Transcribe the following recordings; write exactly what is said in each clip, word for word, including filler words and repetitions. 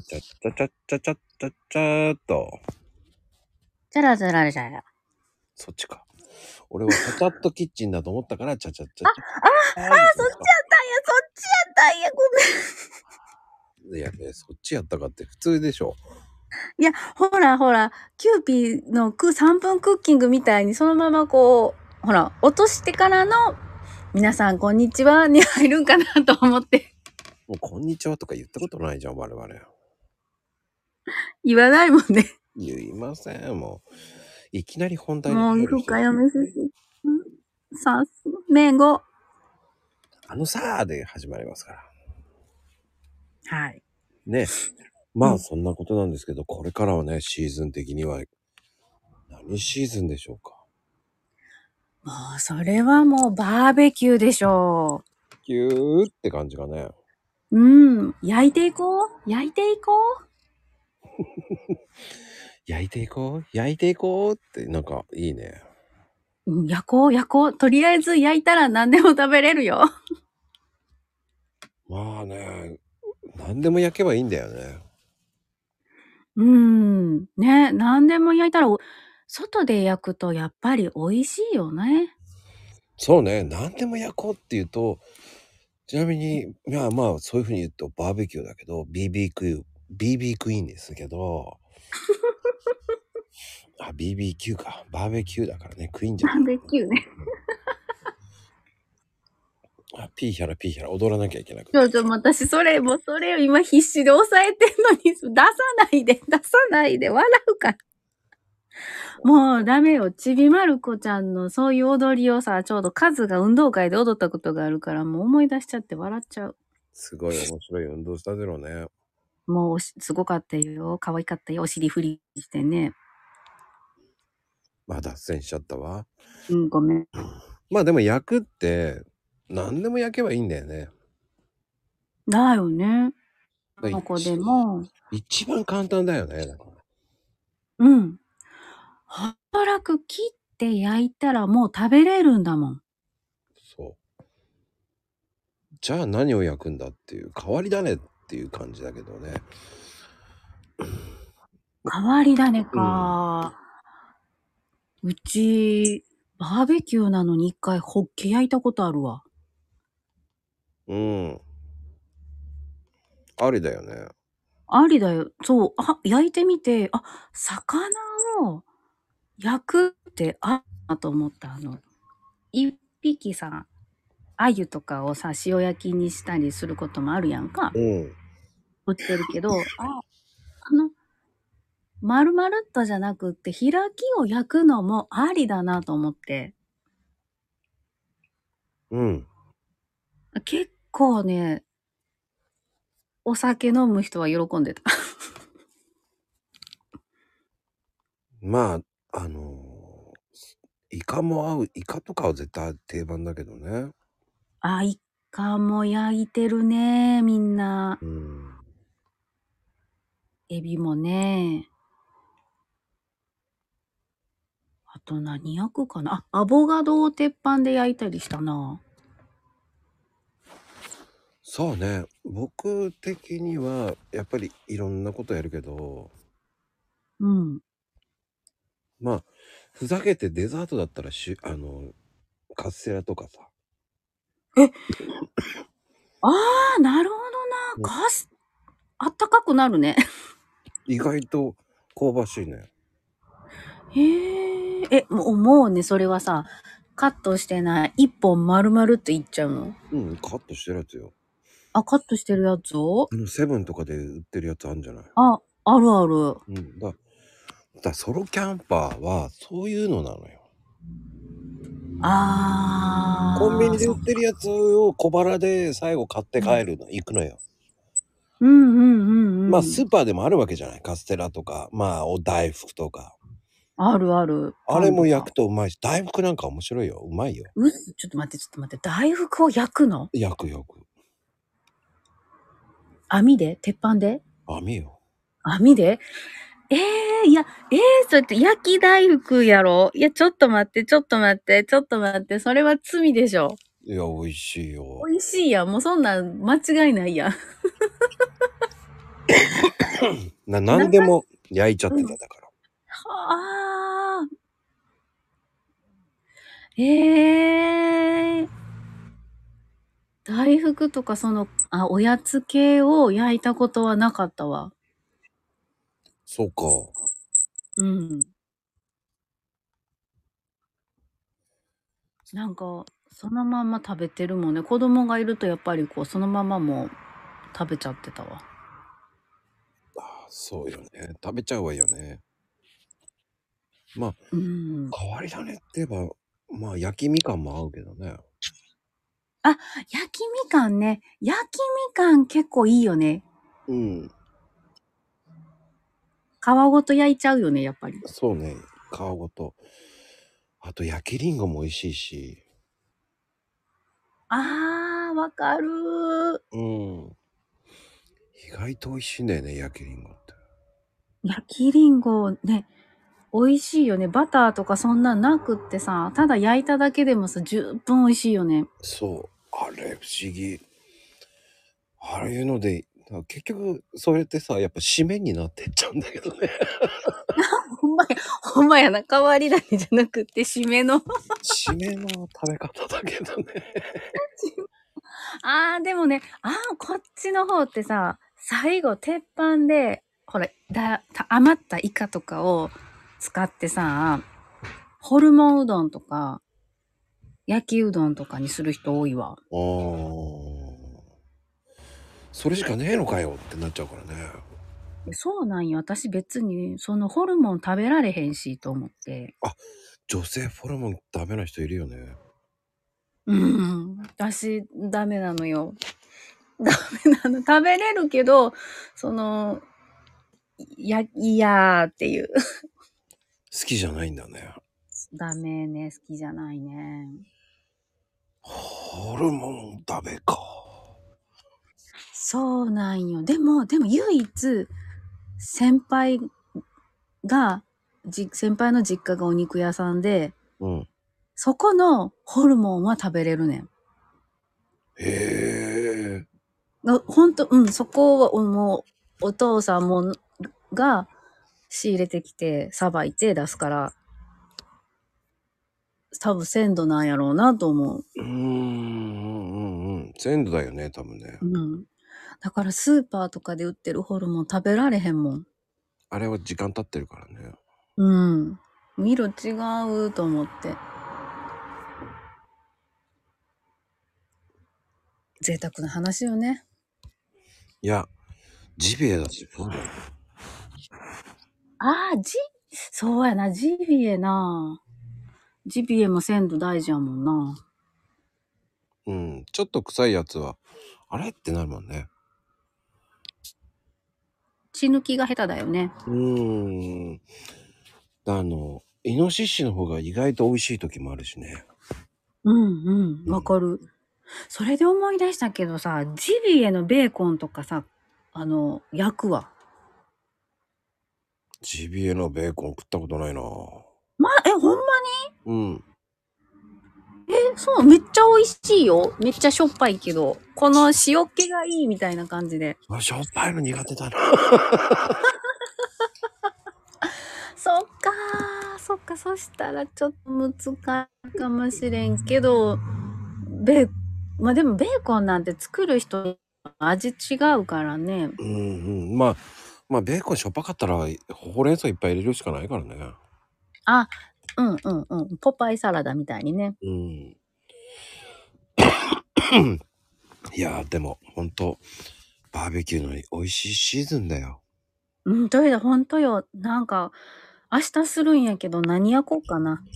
ちゃっちゃちゃっちゃちゃっちゃっちゃーっと。 チャラチャラチャラ。 そっちか。俺はチャチャッとキッチンだと思ったから、チャチャッチャあ、 チャ。 あ、あ、そっちやったんや、そっちやったんや、ごめん。 いやね、そっちやったかって普通でしょ。 いや、ほらほら、キューピーのくさんぷんクッキングみたいにそのままこう、ほら、落としてからの、皆さんこんにちはに入るんかなと思って。 もうこんにちはとか言ったことないじゃん、我々。 言わないもんね。 言いません、もう。いきなり本題にもう、 入る人。 深読みすし。さす、めご。 あのさーで始まりますから。 はい。 ね。まあそんなことなんですけど、これからはね、シーズン的には、何シーズンでしょうか。 もう、それはもうバーベキューでしょキューって感じがね。 う。うん。焼いていこう焼いていこ焼いていこう焼いていこうってなんかいいね。 う。うん、焼こう焼こう。とりあえず焼いたら何でも食べれるよ。 まあね、何でも焼けばいいんだよね。 うーん。ね、何でも焼いたら、外で焼くとやっぱり美味しいよね。 そうね、何でも焼こうっていうと、ちなみに、まあまあそういうふうに言うとバーベキューだけど、ビービー クイーン、ビービー クイーンですけど、あ、ビービーキュー か。バーベキューだからね、クイーンじゃない。 バーベキューね。 あ、ピーヒャラピーヒャラ踊らなきゃいけなくちょ、ちょ、私、それ、もう、それを今必死で抑えてんのに、出さないで、出さないで、笑うから。もう、ダメよ。ちびまる子ちゃんのそういう踊りをさ、ちょうどカズが運動会で踊ったことがあるから、もう思い出しちゃって笑っちゃう。 すごい面白い運動しただろうね。 もう、すごかったよ。可愛かったよ。お尻振りしてね。 まあ脱線しちゃったわ。 うん、ごめん。 まあでも焼くって、何でも焼けばいいんだよね。 だよね。 だこの子でも。 一番簡単だよね。だからうん。働く切って焼いたらもう食べれるんだもん。 そう。じゃあ何を焼くんだっていう代わりだねっていう感じだけどね。 変わり種か、うん。うち、バーベキューなのに一回ホッケ焼いたことあるわ。 うん。ありだよね。 ありだよ。そう。あ、焼いてみて、あ、魚を焼くってあったと思った。あの、一匹さ、鮎とかをさ、塩焼きにしたりすることもあるやんか。 うん。 売ってるけど、あ、あの、丸々っとじゃなくって、開きを焼くのもありだなと思って。 うん。 結構ね、お酒飲む人は喜んでた。 まあ、あのー、イカも合う、イカとかは絶対定番だけどね。 あ、イカも焼いてるね、みんな。 うん。 エビもね。あと何焼くかなあ、アボカドを鉄板で焼いたりしたな。 そうね。僕的には、やっぱりいろんなことやるけど、 うん。 まあ、ふざけてデザートだったらしゅ、あの、カステラとかさ。 え、ああ、なるほどな。 うん、 カス、あったかくなるね。 意外と香ばしいね。 へえ。え、もう、もうね、それはさ、カットしてない。一本丸々っていっちゃうの？ うん、カットしてるやつよ。 あ、カットしてるやつを？ あの、セブンとかで売ってるやつあるんじゃない？ あ、あるある。 うん。だ、だソロキャンパーはそういうのなのよ。コンビああ、そっか。 ニで売ってるやつを小腹で最後買ってうん。 帰るの、行くのよ。 うんうんうんまあ、 うん。 スーパーでもあるわけじゃない。カステラとか、まあ、お大福とか。 あるある。 あれも焼パンとか。 くとうまいし、大福なんか面白いよ。うまいよ。 うっちょっと待って、ちょっと待って。大福を焼くの？ 焼く焼く。 網で？鉄板で？ 網よ。 網で？ええー、いや、ええー、それって焼き大福やろ？いや、ちょっと待って、ちょっと待って、ちょっと待って。それは罪でしょ。 いや、美味しいよ。 美味しいやん。もうそんなん間違いないやん。 な何でも焼いちゃってただから。 はあ。ええー。大福とかその、あ、おやつ系を焼いたことはなかったわ。 そうか。 うん。なんか、そのまんま食べてるもんね。子供がいるとやっぱりこう、そのままもう食べちゃってたわ。 ああ、そうよね。食べちゃうわよね。まあ、 うん。 変わり種って言えば、まあ、焼きみかんも合うけどね。 あ、焼きみかんね。焼きみかん結構いいよね。 うん。 皮ごと焼いちゃうよね、やっぱり。 そうね。皮ごと。あと、焼きりんごも美味しいし。 あー、わかるー。 うん。意外と美味しいんだよね、焼きりんごって。 焼きりんごね、美味しいよね。バターとかそんなんなくってさ、ただ焼いただけでもさ、十分美味しいよね。 そう。あれ、不思議。ああいうので、結局、それってさ、やっぱ締めになってっちゃうんだけどね。 ほんまや、ほんまやな。変わり種じゃなくって、締めの。 締めの食べ方だけどね。 あー、でもね、あー、こっちの方ってさ、最後、鉄板で、ほら、だ、た余ったイカとかを使ってさ、ホルモンうどんとか、焼きうどんとかにする人多いわ。 あー。それしかねえのかよってなっちゃうからね。 そうなんよ。私別に、そのホルモン食べられへんし、と思って。 あ、女性ホルモンダメな人いるよね。 うん。私、ダメなのよ。ダメなの。食べれるけど、その、いや、いやーっていう。 好きじゃないんだね。 ダメね、好きじゃないね。 ホルモンダメか。 そうなんよ。でも、でも唯一、先輩が、じ、先輩の実家がお肉屋さんで、 うん。 そこのホルモンは食べれるねん。 へえ。 なほんと、うん、そこは、もう、お父さんも、が仕入れてきて、さばいて出すから、多分鮮度なんやろうなと思う。 うーん、うんうんうん。鮮度だよね、多分ね。 うん。だからスーパーとかで売ってるホルモン食べられへんもん。 あれは時間経ってるからね。 うん。色違うと思って。贅沢な話よね。 いや、ジビエだし、そうだよ。 ああ、ジ、そうやな、ジビエな。ジビエも鮮度大事やもんな。 うん。ちょっと臭いやつは、あれってなるもんね。 血抜きが下手だよね。 うーん。あの、イノシシの方が意外と美味しい時もあるしね。 うんうん、わうん。 かる。それで思い出したけどさ、ジビエのベーコンとかさ、あの、焼くわ。 ジビエのベーコン食ったことないな。 ま、え、ほんまうん。 にえ、そう、めっちゃ美味しいよ。めっちゃしょっぱいけど、この塩気がいいみたいな感じで。 あ、しょっぱいの苦手だな。 そっかー、そっか、そしたらちょっと難しいかもしれんけど、ベー、まあでもベーコンなんて作る人味違うからね。 うんうん。まあ、まあ、ベーコンしょっぱかったら、ほうれん草いっぱい入れるしかないからね。 あ、うんうんうん。ポパイサラダみたいにね。 うん。いやー、でも、ほんと、バーベキューの美味しいシーズンだよ。 うん、とりあえずほんとよ。なんか、明日するんやけど何焼こうかな。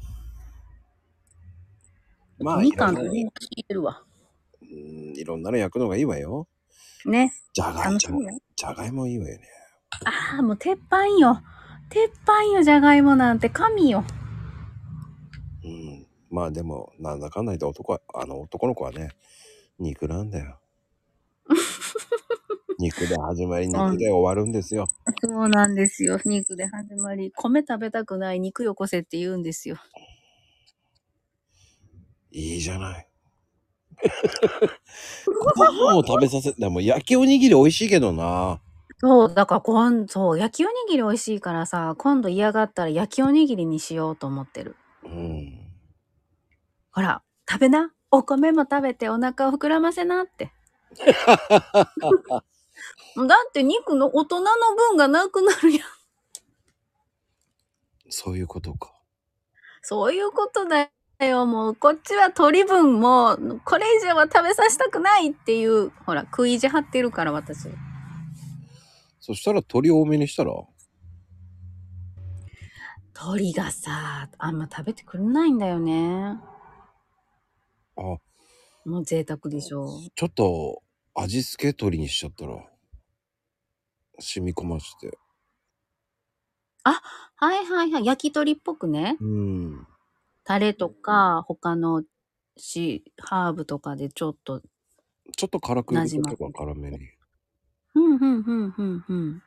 まあ、いみかんとろんな、 りんご入れるわ。 うん、いろんなの焼くのがいいわよ。 ね。 じゃがい、じゃ、 楽しみよ。 じゃがいもいいわよね。 ああ、もう鉄板よ。鉄板よ、じゃがいもなんて神よ。 うん。まあでも、なんだかんだ言って男は、あの男の子はね、肉なんだよ。肉で始まり、 そう、 肉で終わるんですよ。 そうなんですよ。肉で始まり。米食べたくない肉よこせって言うんですよ。 いいじゃない。ご飯を食べさせ、でも焼きおにぎり美味しいけどな。 そう、だから今そう、焼きおにぎり美味しいからさ、今度嫌がったら焼きおにぎりにしようと思ってる。 うん。 ほら、食べな。お米も食べてお腹を膨らませなって。だって肉の大人の分がなくなるやん。 そういうことか。 そういうことだよ。もう、こっちは鳥分も、これ以上は食べさせたくないっていう、ほら、食い意地張ってるから、私。 そしたら鳥多めにしたら？ 鳥がさ、あんま食べてくれないんだよね。 あ、 もう贅沢でしょ。 ちょっと味付け鳥にしちゃったら。染み込まして。 あ、はいはいはい。焼き鳥っぽくね。 うん。 タレとか、他のし、ハーブとかでちょっとちょっと辛く入れとけなじませる。 ば辛めに。 ふんふんふんふんふん。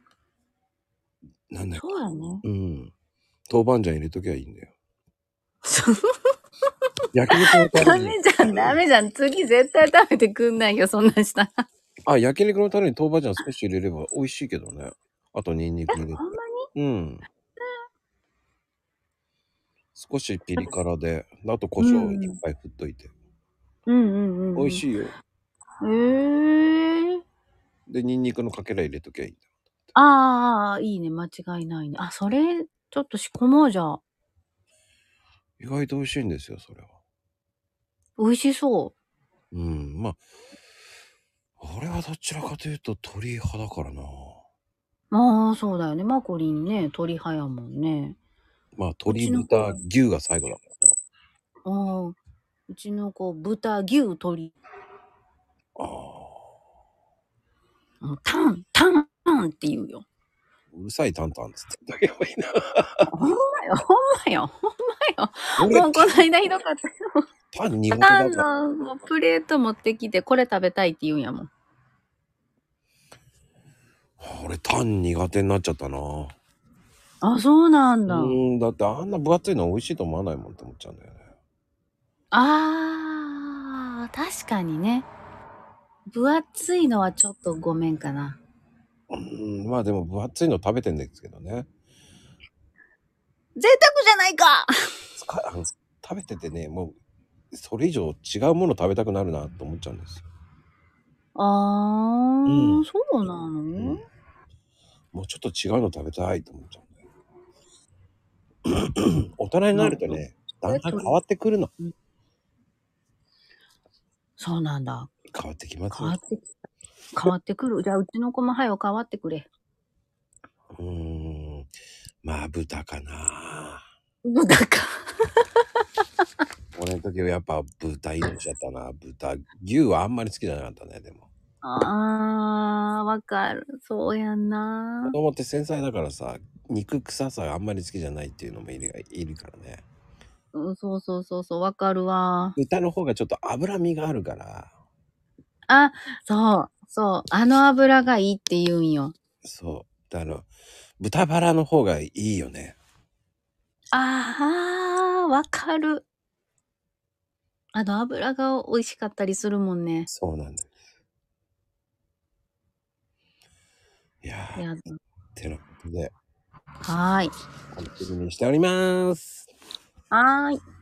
なんだっけ。 そうやね。 うん。豆板醤入れときゃいいんだよ。焼肉のタダレに。 メじゃん、ダメじゃん。次絶対食べてくんないよ、そんなんしたら。 あ、焼肉のタレに豆板醤少し入れれば美味しいけどね。あとニンニクえ、 入れて。 ほんまうん。少しピリ辛で、あと胡に。う椒いっん。 ぱい振っといて。 うんうんうんうん。 美味しいよ。 へえー。 で、ニンニクのかけら入れときゃいいんだ。 ああ、いいね。間違いないね。あ、それ、ちょっと仕込もうじゃあ。 意外と美味しいんですよ、それは。 美味しそうん。まあ、俺はどちらかというと鶏派だからな。 う。ああ、そうだよね。マコリンね、鳥派やもんね。 まあ、 う鶏、 ちの子、 豚、牛が最後だからね。 ああ、うちの子、豚、牛、鳥。 ああ。 もうタン、タン、タンって言うよ。 うるさいタンタンつってだけばいいな。 ほんまよ、ほんまよ、ほんまよ。 俺、 もうこの間ひどかったよ。 タン苦手タンだから。 のもうプレート持ってきて、これ食べたいって言うんやもん。 俺、タン苦手になっちゃったな。 あ、そうなんうだ。 ーん、だってあんな分厚いの美味しいと思わないもんって思っちゃうんだよね。 あー、確かにね。分厚いのはちょっとごめんかな。 うーん、まあでも分厚いの食べてんですけどね。 贅沢じゃないか。 つかあの食べててね、もうそれ以上違うもの食べたくなるなと思っちゃうんですよ。 あうん。 ー、そうなの、 うん。もうちょっと違うの食べたいと思っちゃうんだよ。大人にななんか、 るとね、だんえ、鳥、 だん変わってくるの。 うん、そうなんだ。 変わってきますよ。 変わってき、変わってくる。じゃあ、うちの子もはよ変わってくれ。 うーん。まあ豚かな。 豚か。 俺の時はやっぱ豚命だったな。豚。牛はあんまり好きじゃなかったね、でも。 あー、わかる。そうやんな。 子供って繊細だからさ、肉臭さがあんまり好きじゃないっていうのもいるいるからね。 うん、そうそうそうそう、わかるわ。 豚の方がちょっと脂身があるから、 あ、そう、そう。あの油がいいって言うんよ。 そう。あの、豚バラの方がいいよね。 あー、わかる。あの油が美味しかったりするもんね。 そうなんだよ。いやー、 やだ。 てなことで、 はーい。 楽しみにしております。 はーい。